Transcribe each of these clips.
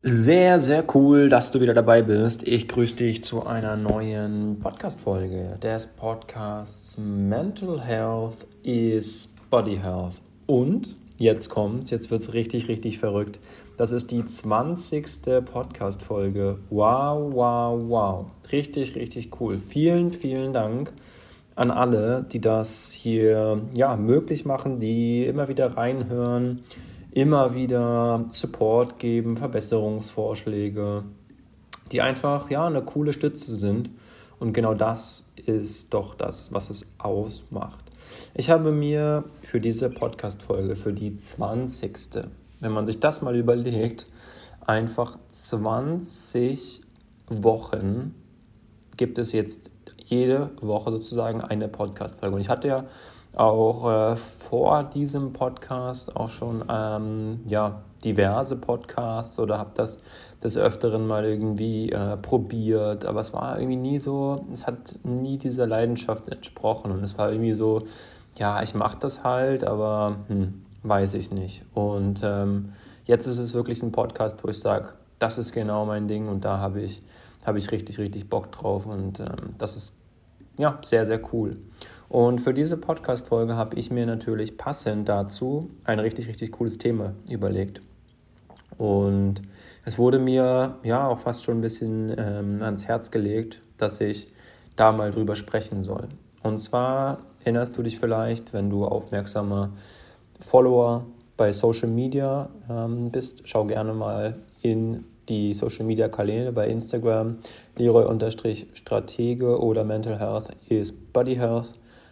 Sehr, sehr cool, dass du wieder dabei bist. Ich grüße dich zu einer neuen Podcast-Folge des Podcasts Mental Health is Body Health. Und jetzt wird es richtig, richtig verrückt. Das ist die 20. Podcast-Folge. Wow, wow, wow. Richtig, richtig cool. Vielen, vielen Dank an alle, die das hier möglich machen, die immer wieder reinhören, immer wieder Support geben, Verbesserungsvorschläge, die einfach eine coole Stütze sind. Und genau das ist doch das, was es ausmacht. Ich habe mir für diese Podcast-Folge, für die 20., wenn man sich das mal überlegt, einfach 20 Wochen gibt es jetzt jede Woche sozusagen eine Podcast-Folge. Und ich hatte ja auch vor diesem Podcast auch schon diverse Podcasts oder habe das des Öfteren mal irgendwie probiert, aber es war irgendwie nie so, es hat nie dieser Leidenschaft entsprochen und es war irgendwie so, ich mache das halt, aber weiß ich nicht. Und jetzt ist es wirklich ein Podcast, wo ich sage, das ist genau mein Ding und da habe ich richtig, richtig Bock drauf und das ist sehr, sehr cool. Und für diese Podcast-Folge habe ich mir natürlich passend dazu ein richtig, richtig cooles Thema überlegt. Und es wurde mir auch fast schon ein bisschen ans Herz gelegt, dass ich da mal drüber sprechen soll. Und zwar erinnerst du dich vielleicht, wenn du aufmerksamer Follower bei Social Media bist, schau gerne mal in die Social Media Kanäle bei Instagram, Leroy_Stratege oder Mental Health is Body Health,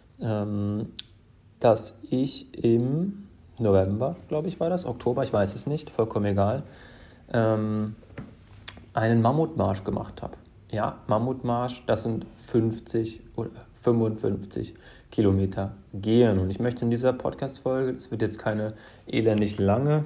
dass ich im November, glaube ich, war das, Oktober, ich weiß es nicht, vollkommen egal, einen Mammutmarsch gemacht habe. Ja, Mammutmarsch, das sind 50 oder 55 Kilometer gehen. Und ich möchte in dieser Podcast-Folge, das wird jetzt keine elendig lange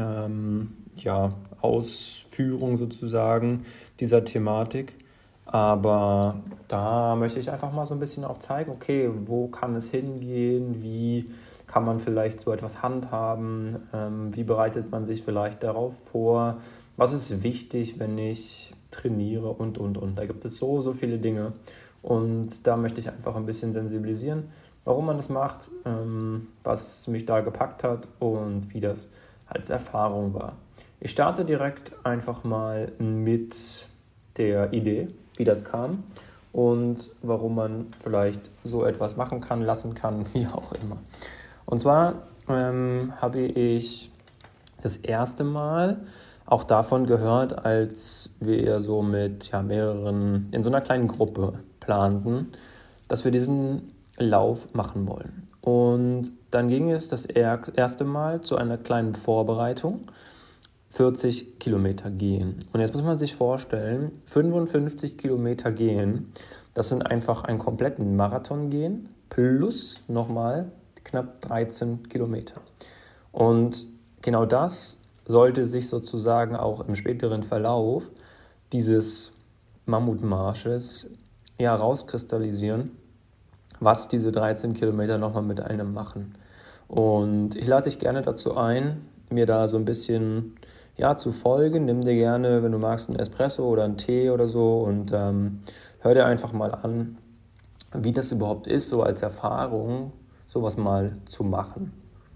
Ausführung sozusagen dieser Thematik, aber da möchte ich einfach mal so ein bisschen auch zeigen, okay, wo kann es hingehen, wie kann man vielleicht so etwas handhaben, wie bereitet man sich vielleicht darauf vor, was ist wichtig, wenn ich trainiere und. Da gibt es so viele Dinge und da möchte ich einfach ein bisschen sensibilisieren, warum man das macht, was mich da gepackt hat und wie das als Erfahrung war. Ich starte direkt einfach mal mit der Idee, wie das kam und warum man vielleicht so etwas machen kann, lassen kann, wie auch immer. Und zwar habe ich das erste Mal auch davon gehört, als wir so mit mehreren, in so einer kleinen Gruppe planten, dass wir diesen Lauf machen wollen. Und dann ging es das erste Mal zu einer kleinen Vorbereitung, 40 Kilometer gehen. Und jetzt muss man sich vorstellen, 55 Kilometer gehen, das sind einfach einen kompletten Marathon gehen, plus nochmal knapp 13 Kilometer. Und genau das sollte sich sozusagen auch im späteren Verlauf dieses Mammutmarsches rauskristallisieren, was diese 13 Kilometer nochmal mit einem machen. Und ich lade dich gerne dazu ein, mir da so ein bisschen zu folgen. Nimm dir gerne, wenn du magst, einen Espresso oder einen Tee oder so und hör dir einfach mal an, wie das überhaupt ist, so als Erfahrung, sowas mal zu machen.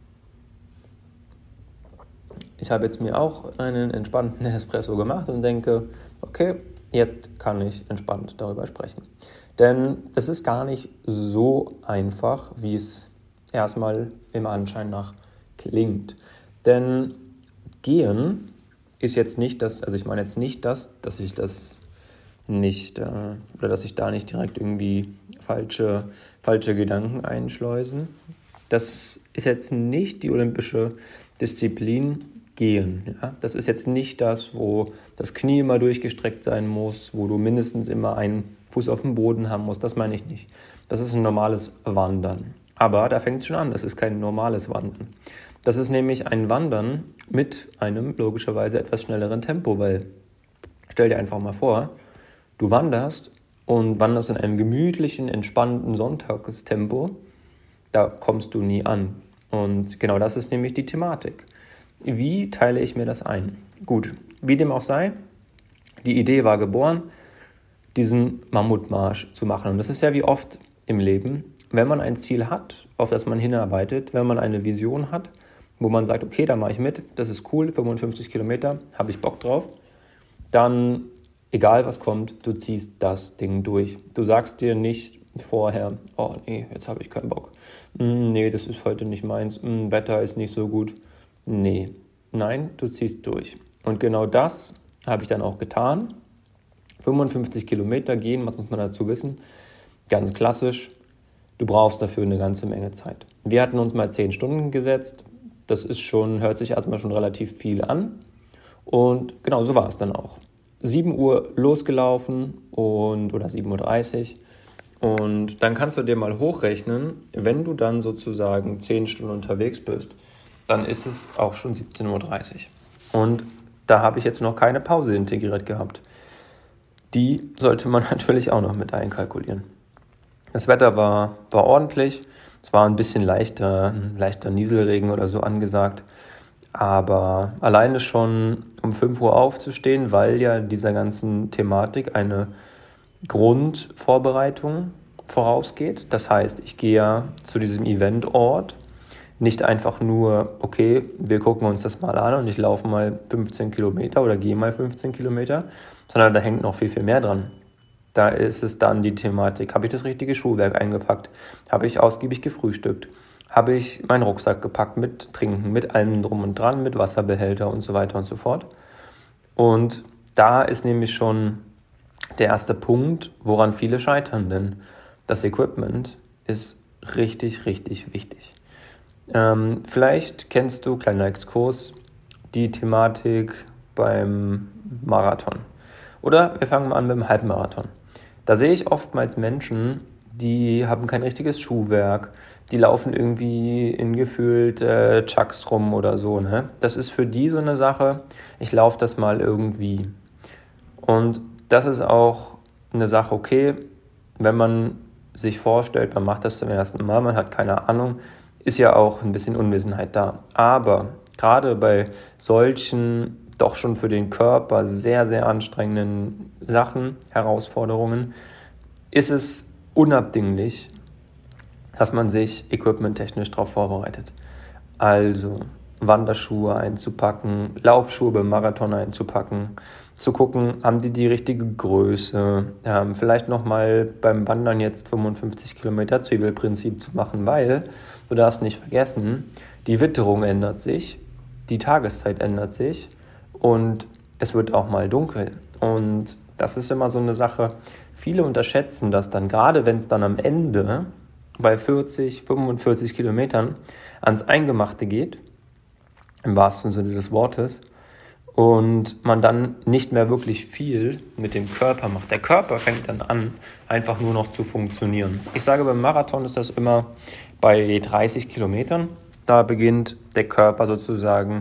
Ich habe jetzt mir auch einen entspannten Espresso gemacht und denke, okay, jetzt kann ich entspannt darüber sprechen. Denn es ist gar nicht so einfach, wie es erstmal im Anschein nach klingt. Denn Gehen ist jetzt nicht das, also ich meine jetzt nicht das, dass ich das nicht, oder dass ich da nicht direkt irgendwie falsche Gedanken einschleusen. Das ist jetzt nicht die olympische Disziplin Gehen. Ja? Das ist jetzt nicht das, wo das Knie immer durchgestreckt sein muss, wo du mindestens immer einen Fuß auf dem Boden haben musst. Das meine ich nicht. Das ist ein normales Wandern. Aber da fängt es schon an. Das ist kein normales Wandern. Das ist nämlich ein Wandern mit einem logischerweise etwas schnelleren Tempo, weil stell dir einfach mal vor, du wanderst und wanderst in einem gemütlichen, entspannten Sonntagstempo, da kommst du nie an. Und genau das ist nämlich die Thematik. Wie teile ich mir das ein? Gut, Wie dem auch sei, die Idee war geboren, diesen Mammutmarsch zu machen. Und das ist ja wie oft im Leben, wenn man ein Ziel hat, auf das man hinarbeitet, wenn man eine Vision hat, wo man sagt, okay, da mache ich mit, das ist cool, 55 Kilometer, habe ich Bock drauf, dann, egal was kommt, du ziehst das Ding durch. Du sagst dir nicht vorher, oh nee, jetzt habe ich keinen Bock. Nee, das ist heute nicht meins. Wetter ist nicht so gut. Nee, nein, du ziehst durch. Und genau das habe ich dann auch getan. 55 Kilometer gehen, was muss man dazu wissen? Ganz klassisch, du brauchst dafür eine ganze Menge Zeit. Wir hatten uns mal 10 Stunden gesetzt. Das ist schon, hört sich erstmal schon relativ viel an. Und genau so war es dann auch. 7 Uhr losgelaufen oder 7:30 Uhr. Und dann kannst du dir mal hochrechnen, wenn du dann sozusagen 10 Stunden unterwegs bist, dann ist es auch schon 17:30 Uhr. Und da habe ich jetzt noch keine Pause integriert gehabt. Die sollte man natürlich auch noch mit einkalkulieren. Das Wetter war ordentlich. Es war ein bisschen leichter Nieselregen oder so angesagt. Aber alleine schon um 5 Uhr aufzustehen, weil ja dieser ganzen Thematik eine Grundvorbereitung vorausgeht. Das heißt, ich gehe ja zu diesem Eventort nicht einfach nur, okay, wir gucken uns das mal an und ich laufe mal 15 Kilometer oder gehe mal 15 Kilometer, sondern da hängt noch viel, viel mehr dran. Da ist es dann die Thematik, habe ich das richtige Schuhwerk eingepackt? Habe ich ausgiebig gefrühstückt? Habe ich meinen Rucksack gepackt mit Trinken, mit allem drum und dran, mit Wasserbehälter und so weiter und so fort? Und da ist nämlich schon der erste Punkt, woran viele scheitern, denn das Equipment ist richtig, richtig wichtig. Vielleicht kennst du, kleiner Exkurs, die Thematik beim Marathon. Oder wir fangen mal an mit dem Halbmarathon. Da sehe ich oftmals Menschen, die haben kein richtiges Schuhwerk, die laufen irgendwie in gefühlt Chucks rum oder so. Ne? Das ist für die so eine Sache, ich laufe das mal irgendwie. Und das ist auch eine Sache, okay, wenn man sich vorstellt, man macht das zum ersten Mal, man hat keine Ahnung, ist ja auch ein bisschen Unwissenheit da. Aber gerade bei solchen doch schon für den Körper sehr, sehr anstrengenden Sachen, Herausforderungen, ist es unabdinglich, dass man sich equipmenttechnisch darauf vorbereitet. Also Wanderschuhe einzupacken, Laufschuhe beim Marathon einzupacken, zu gucken, haben die richtige Größe, vielleicht nochmal beim Wandern jetzt 55 Kilometer Zwiebelprinzip zu machen, weil du darfst nicht vergessen, die Witterung ändert sich, die Tageszeit ändert sich und es wird auch mal dunkel. Und das ist immer so eine Sache, viele unterschätzen das dann, gerade wenn es dann am Ende bei 40, 45 Kilometern ans Eingemachte geht, im wahrsten Sinne des Wortes, und man dann nicht mehr wirklich viel mit dem Körper macht. Der Körper fängt dann an, einfach nur noch zu funktionieren. Ich sage, beim Marathon ist das immer bei 30 Kilometern. Da beginnt der Körper sozusagen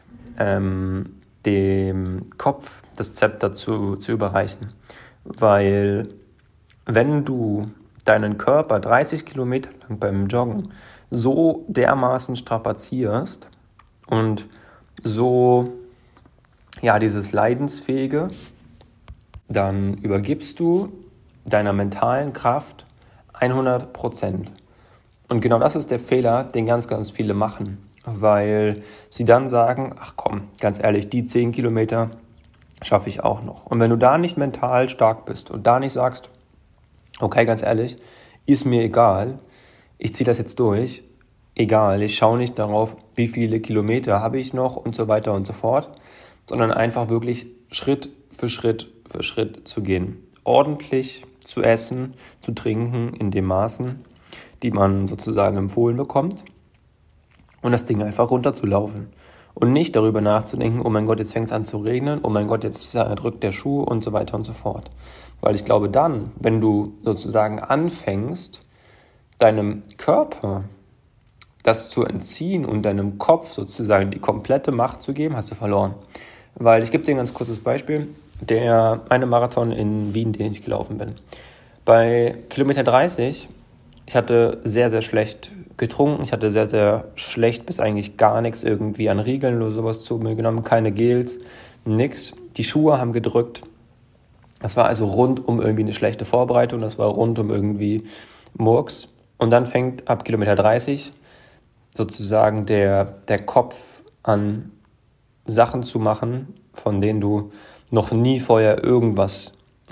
dem Kopf das Zepter zu überreichen. Weil wenn du deinen Körper 30 Kilometer lang beim Joggen so dermaßen strapazierst und so, ja, dieses Leidensfähige, dann übergibst du deiner mentalen Kraft 100%. Und genau das ist der Fehler, den ganz, ganz viele machen, weil sie dann sagen, ach komm, ganz ehrlich, die 10 Kilometer schaffe ich auch noch. Und wenn du da nicht mental stark bist und da nicht sagst, okay, ganz ehrlich, ist mir egal, ich ziehe das jetzt durch, egal, ich schaue nicht darauf, wie viele Kilometer habe ich noch und so weiter und so fort, sondern einfach wirklich Schritt für Schritt für Schritt zu gehen. Ordentlich zu essen, zu trinken in den Maßen, die man sozusagen empfohlen bekommt und das Ding einfach runterzulaufen. Und nicht darüber nachzudenken, oh mein Gott, jetzt fängt es an zu regnen, oh mein Gott, jetzt drückt der Schuh und so weiter und so fort. Weil ich glaube dann, wenn du sozusagen anfängst, deinem Körper das zu entziehen und deinem Kopf sozusagen die komplette Macht zu geben, hast du verloren. Weil ich gebe dir ein ganz kurzes Beispiel, der eine Marathon in Wien, den ich gelaufen bin. Bei Kilometer 30, ich hatte sehr, sehr schlecht getrunken. Ich hatte sehr, sehr schlecht bis eigentlich gar nichts irgendwie an Riegeln oder sowas zu mir genommen. Keine Gels, nix. Die Schuhe haben gedrückt. Das war also rundum irgendwie eine schlechte Vorbereitung. Das war rundum irgendwie Murks. Und dann fängt ab Kilometer 30 sozusagen der Kopf an, Sachen zu machen, von denen du noch nie vorher irgendwas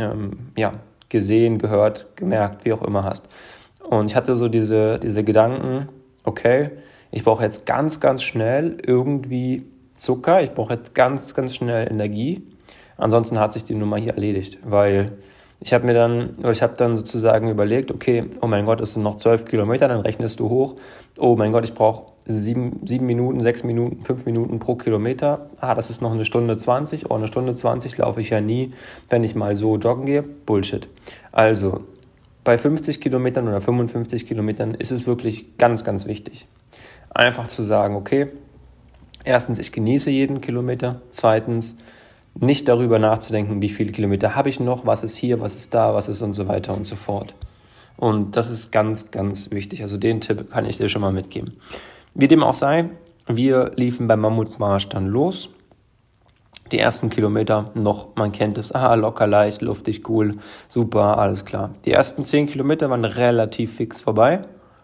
gesehen, gehört, gemerkt, wie auch immer hast. Und ich hatte so diese Gedanken, okay, ich brauche jetzt ganz, ganz schnell irgendwie Zucker, ich brauche jetzt ganz, ganz schnell Energie. Ansonsten hat sich die Nummer hier erledigt, weil ich habe dann sozusagen überlegt, okay, oh mein Gott, es sind noch 12 Kilometer, dann rechnest du hoch. Oh mein Gott, ich brauche 7 Minuten, 6 Minuten, 5 Minuten pro Kilometer. Das ist noch eine Stunde 20. Oh, eine Stunde 20 laufe ich ja nie, wenn ich mal so joggen gehe. Bullshit. Also, bei 50 Kilometern oder 55 Kilometern ist es wirklich ganz, ganz wichtig, einfach zu sagen, okay, erstens, ich genieße jeden Kilometer. Zweitens, nicht darüber nachzudenken, wie viele Kilometer habe ich noch, was ist hier, was ist da, was ist und so weiter und so fort. Und das ist ganz, ganz wichtig. Also den Tipp kann ich dir schon mal mitgeben. Wie dem auch sei, wir liefen beim Mammutmarsch dann los. Die ersten Kilometer noch, man kennt es, locker, leicht, luftig, cool, super, alles klar. Die ersten 10 Kilometer waren relativ fix vorbei.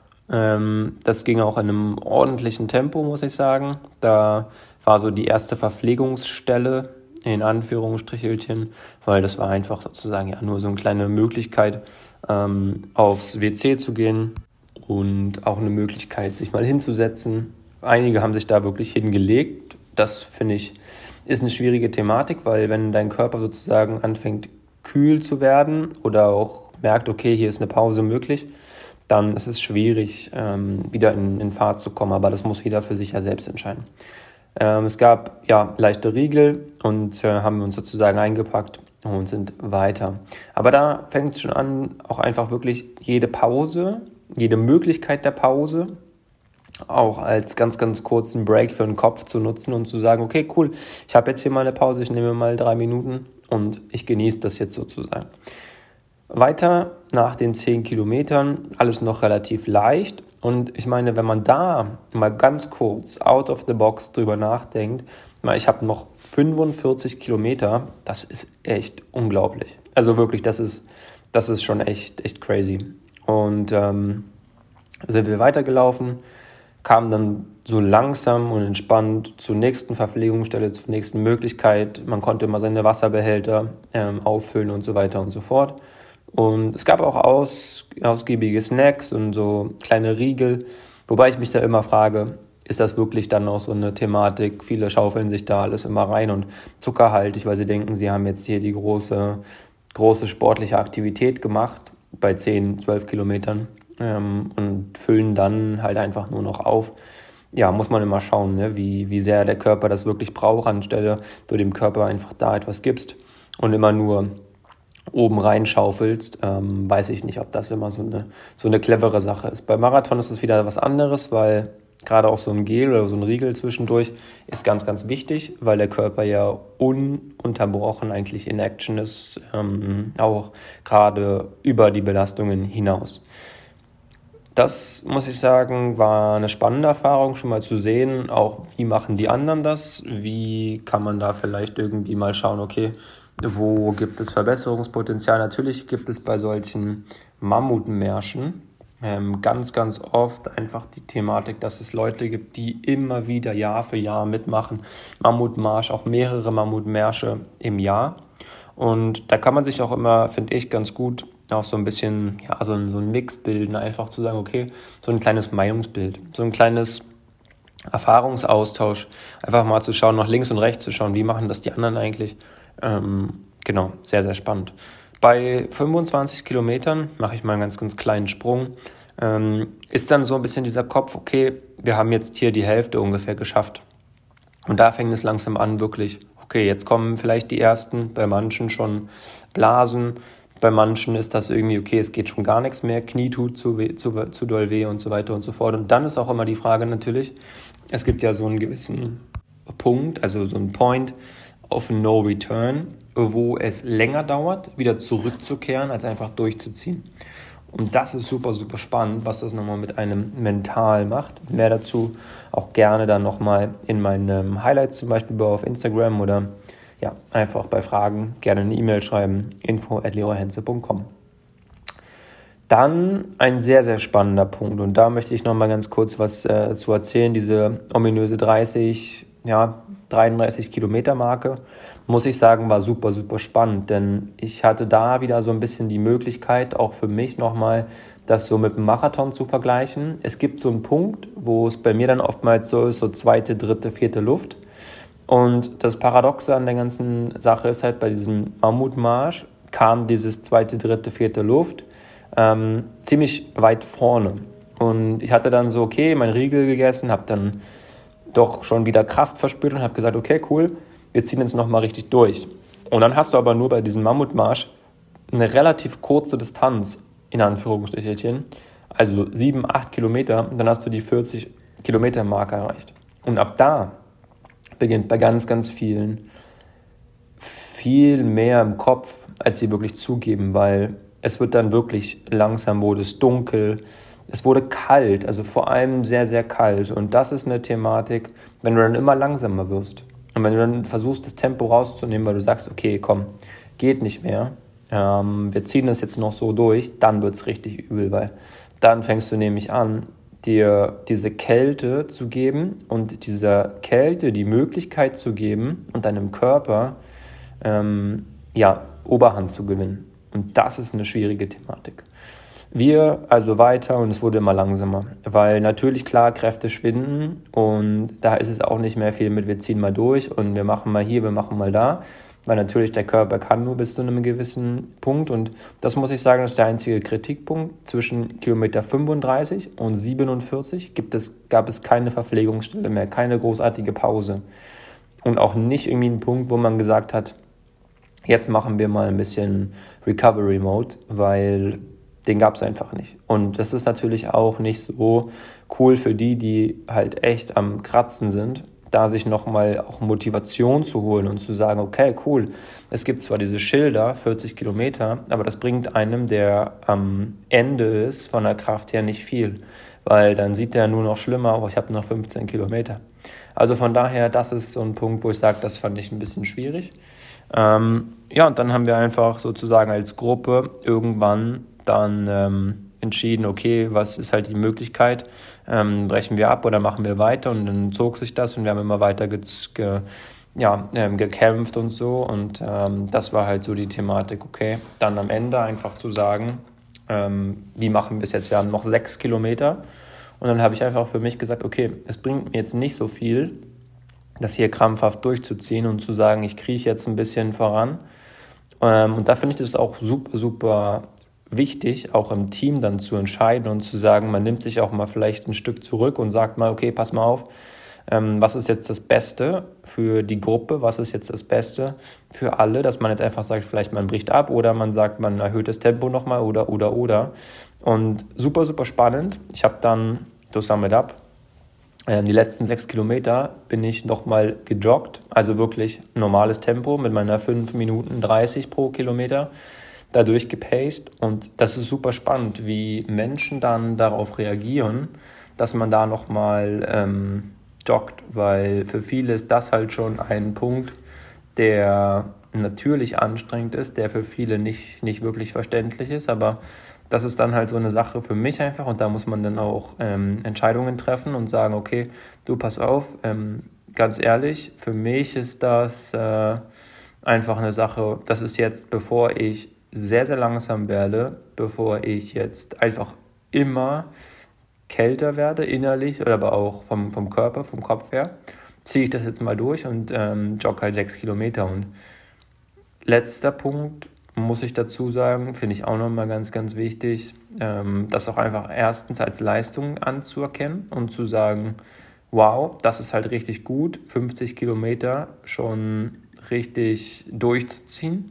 Das ging auch in einem ordentlichen Tempo, muss ich sagen. Da war so die erste Verpflegungsstelle, in Anführungsstrichelchen, weil das war einfach sozusagen ja nur so eine kleine Möglichkeit, aufs WC zu gehen und auch eine Möglichkeit, sich mal hinzusetzen. Einige haben sich da wirklich hingelegt. Das, finde ich, ist eine schwierige Thematik, weil wenn dein Körper sozusagen anfängt kühl zu werden oder auch merkt, okay, hier ist eine Pause möglich, dann ist es schwierig, wieder in Fahrt zu kommen. Aber das muss jeder für sich ja selbst entscheiden. Es gab leichte Riegel und haben wir uns sozusagen eingepackt und sind weiter. Aber da fängt es schon an, auch einfach wirklich jede Pause, jede Möglichkeit der Pause auch als ganz, ganz kurzen Break für den Kopf zu nutzen und zu sagen, okay, cool, ich habe jetzt hier mal eine Pause, ich nehme mal 3 Minuten und ich genieße das jetzt sozusagen. Weiter nach den 10 Kilometern, alles noch relativ leicht. Und ich meine, wenn man da mal ganz kurz out of the box drüber nachdenkt, ich habe noch 45 Kilometer, das ist echt unglaublich. Also wirklich, das ist schon echt crazy. Und sind wir weitergelaufen, kamen dann so langsam und entspannt zur nächsten Verpflegungsstelle, zur nächsten Möglichkeit. Man konnte mal seine Wasserbehälter auffüllen und so weiter und so fort. Und es gab auch ausgiebige Snacks und so kleine Riegel, wobei ich mich da immer frage, ist das wirklich dann auch so eine Thematik? Viele schaufeln sich da alles immer rein und zuckerhaltig, weil sie denken, sie haben jetzt hier die große sportliche Aktivität gemacht bei 10, 12 Kilometern und füllen dann halt einfach nur noch auf. Ja, muss man immer schauen, ne? Wie sehr der Körper das wirklich braucht, anstelle du dem Körper einfach da etwas gibst und immer nur oben reinschaufelst, weiß ich nicht, ob das immer so eine clevere Sache ist. Bei Marathon ist es wieder was anderes, weil gerade auch so ein Gel oder so ein Riegel zwischendurch ist ganz, ganz wichtig, weil der Körper ja ununterbrochen eigentlich in Action ist, auch gerade über die Belastungen hinaus. Das, muss ich sagen, war eine spannende Erfahrung, schon mal zu sehen, auch wie machen die anderen das, wie kann man da vielleicht irgendwie mal schauen, okay, wo gibt es Verbesserungspotenzial? Natürlich gibt es bei solchen Mammutmärschen ganz, ganz oft einfach die Thematik, dass es Leute gibt, die immer wieder Jahr für Jahr mitmachen. Mammutmarsch, auch mehrere Mammutmärsche im Jahr. Und da kann man sich auch immer, finde ich, ganz gut auch so ein bisschen, so ein Mix bilden, einfach zu sagen, okay, so ein kleines Meinungsbild, so ein kleines Erfahrungsaustausch, einfach mal zu schauen, nach links und rechts zu schauen, wie machen das die anderen eigentlich. Genau, sehr, sehr spannend. Bei 25 Kilometern mache ich mal einen ganz, ganz kleinen Sprung. Ist dann so ein bisschen dieser Kopf, okay, wir haben jetzt hier die Hälfte ungefähr geschafft. Und da fängt es langsam an, wirklich, okay, jetzt kommen vielleicht die ersten, bei manchen schon Blasen, bei manchen ist das irgendwie, okay, es geht schon gar nichts mehr, Knie tut zu doll weh und so weiter und so fort. Und dann ist auch immer die Frage natürlich, es gibt ja so einen gewissen Punkt, also so einen Point of No Return, wo es länger dauert, wieder zurückzukehren, als einfach durchzuziehen. Und das ist super, super spannend, was das nochmal mit einem mental macht. Mehr dazu auch gerne dann nochmal in meinen Highlights, zum Beispiel auf Instagram oder ja, einfach bei Fragen gerne eine E-Mail schreiben, info@leroyhenze.com. Dann ein sehr, sehr spannender Punkt und da möchte ich nochmal ganz kurz was zu erzählen, diese ominöse 33 Kilometer Marke, muss ich sagen, war super, super spannend, denn ich hatte da wieder so ein bisschen die Möglichkeit, auch für mich nochmal das so mit dem Marathon zu vergleichen. Es gibt so einen Punkt, wo es bei mir dann oftmals so ist, so zweite, dritte, vierte Luft. Und das Paradoxe an der ganzen Sache ist halt, bei diesem Mammutmarsch kam dieses zweite, dritte, vierte Luft ziemlich weit vorne. Und ich hatte dann so, okay, mein Riegel gegessen, habe dann doch schon wieder Kraft verspürt und habe gesagt, okay, cool, wir ziehen jetzt nochmal richtig durch. Und dann hast du aber nur bei diesem Mammutmarsch eine relativ kurze Distanz, in Anführungsstrichen, also 7, 8 Kilometer, und dann hast du die 40 Kilometer Marke erreicht. Und ab da beginnt bei ganz, ganz vielen viel mehr im Kopf, als sie wirklich zugeben, weil es wird dann wirklich langsam, wurde es dunkel, es wurde kalt, also vor allem sehr, sehr kalt. Und das ist eine Thematik, wenn du dann immer langsamer wirst und wenn du dann versuchst, das Tempo rauszunehmen, weil du sagst, okay, komm, geht nicht mehr, wir ziehen das jetzt noch so durch, dann wird es richtig übel, weil dann fängst du nämlich an, dir diese Kälte zu geben und dieser Kälte die Möglichkeit zu geben und deinem Körper Oberhand zu gewinnen. Und das ist eine schwierige Thematik. Wir also weiter und es wurde immer langsamer, weil natürlich klar Kräfte schwinden und da ist es auch nicht mehr viel mit wir ziehen mal durch und wir machen mal hier, wir machen mal da, weil natürlich der Körper kann nur bis zu einem gewissen Punkt und das muss ich sagen, ist der einzige Kritikpunkt. Zwischen Kilometer 35 und 47 gab es keine Verpflegungsstelle mehr, keine großartige Pause und auch nicht irgendwie einen Punkt, wo man gesagt hat, jetzt machen wir mal ein bisschen Recovery Mode, weil den gab es einfach nicht. Und das ist natürlich auch nicht so cool für die halt echt am Kratzen sind, da sich nochmal auch Motivation zu holen und zu sagen, okay, cool, es gibt zwar diese Schilder, 40 Kilometer, aber das bringt einem, der am Ende ist, von der Kraft her nicht viel, weil dann sieht der nur noch schlimmer, ich habe noch 15 Kilometer. Also von daher, das ist so ein Punkt, wo ich sage, das fand ich ein bisschen schwierig. Und dann haben wir einfach sozusagen als Gruppe irgendwann dann entschieden, okay, was ist halt die Möglichkeit, brechen wir ab oder machen wir weiter und dann zog sich das und wir haben immer weiter gekämpft und so und das war halt so die Thematik, okay, dann am Ende einfach zu sagen, wie machen wir es jetzt, wir haben noch 6 Kilometer und dann habe ich einfach für mich gesagt, okay, es bringt mir jetzt nicht so viel, das hier krampfhaft durchzuziehen und zu sagen, ich krieche jetzt ein bisschen voran. Und da finde ich das auch super, super wichtig, auch im Team dann zu entscheiden und zu sagen, man nimmt sich auch mal vielleicht ein Stück zurück und sagt mal, okay, pass mal auf, was ist jetzt das Beste für die Gruppe, was ist jetzt das Beste für alle, dass man jetzt einfach sagt, vielleicht man bricht ab oder man sagt, man erhöht das Tempo nochmal oder. Und super, super spannend. Ich habe dann, to sum it up, die letzten 6 Kilometer bin ich nochmal gejoggt, also wirklich normales Tempo mit meiner 5 Minuten 30 pro Kilometer da durchgepaced und das ist super spannend, wie Menschen dann darauf reagieren, dass man da nochmal joggt, weil für viele ist das halt schon ein Punkt, der natürlich anstrengend ist, der für viele nicht wirklich verständlich ist, aber das ist dann halt so eine Sache für mich einfach und da muss man dann auch Entscheidungen treffen und sagen, okay, du pass auf, ganz ehrlich, für mich ist das einfach eine Sache, das ist jetzt, bevor ich sehr, sehr langsam werde, bevor ich jetzt einfach immer kälter werde, innerlich oder aber auch vom Körper, vom Kopf her, ziehe ich das jetzt mal durch und jogge halt 6 Kilometer und letzter Punkt, muss ich dazu sagen, finde ich auch nochmal ganz, ganz wichtig, das auch einfach erstens als Leistung anzuerkennen und zu sagen, wow, das ist halt richtig gut, 50 Kilometer schon richtig durchzuziehen.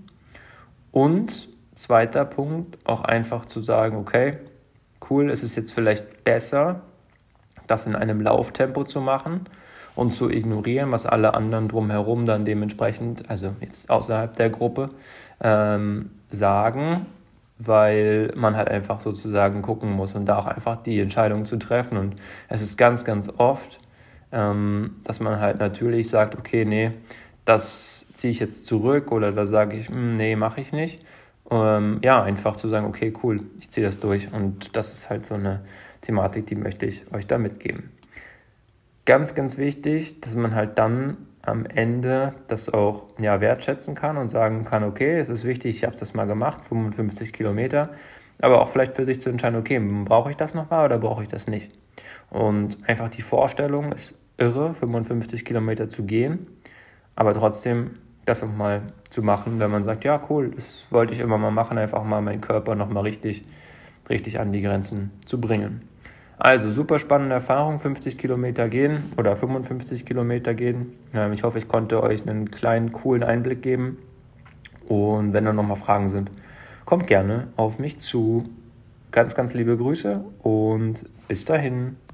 Und zweiter Punkt, auch einfach zu sagen, okay, cool, es ist jetzt vielleicht besser, das in einem Lauftempo zu machen und zu ignorieren, was alle anderen drumherum dann dementsprechend, also jetzt außerhalb der Gruppe, sagen. weil man halt einfach sozusagen gucken muss und da auch einfach die Entscheidung zu treffen. Und es ist ganz, ganz oft, dass man halt natürlich sagt, okay, nee, das ziehe ich jetzt zurück oder da sage ich, nee, mache ich nicht. Einfach zu sagen, okay, cool, ich ziehe das durch. Und das ist halt so eine Thematik, die möchte ich euch da mitgeben. Ganz, ganz wichtig, dass man halt dann am Ende das auch wertschätzen kann und sagen kann, okay, es ist wichtig, ich habe das mal gemacht, 55 Kilometer, aber auch vielleicht für sich zu entscheiden, okay, brauche ich das nochmal oder brauche ich das nicht? Und einfach die Vorstellung ist irre, 55 Kilometer zu gehen, aber trotzdem das auch mal zu machen, wenn man sagt, ja cool, das wollte ich immer mal machen, einfach mal meinen Körper nochmal richtig an die Grenzen zu bringen. Also super spannende Erfahrung, 50 Kilometer gehen oder 55 Kilometer gehen. Ich hoffe, ich konnte euch einen kleinen, coolen Einblick geben. Und wenn da nochmal Fragen sind, kommt gerne auf mich zu. Ganz, ganz liebe Grüße und bis dahin.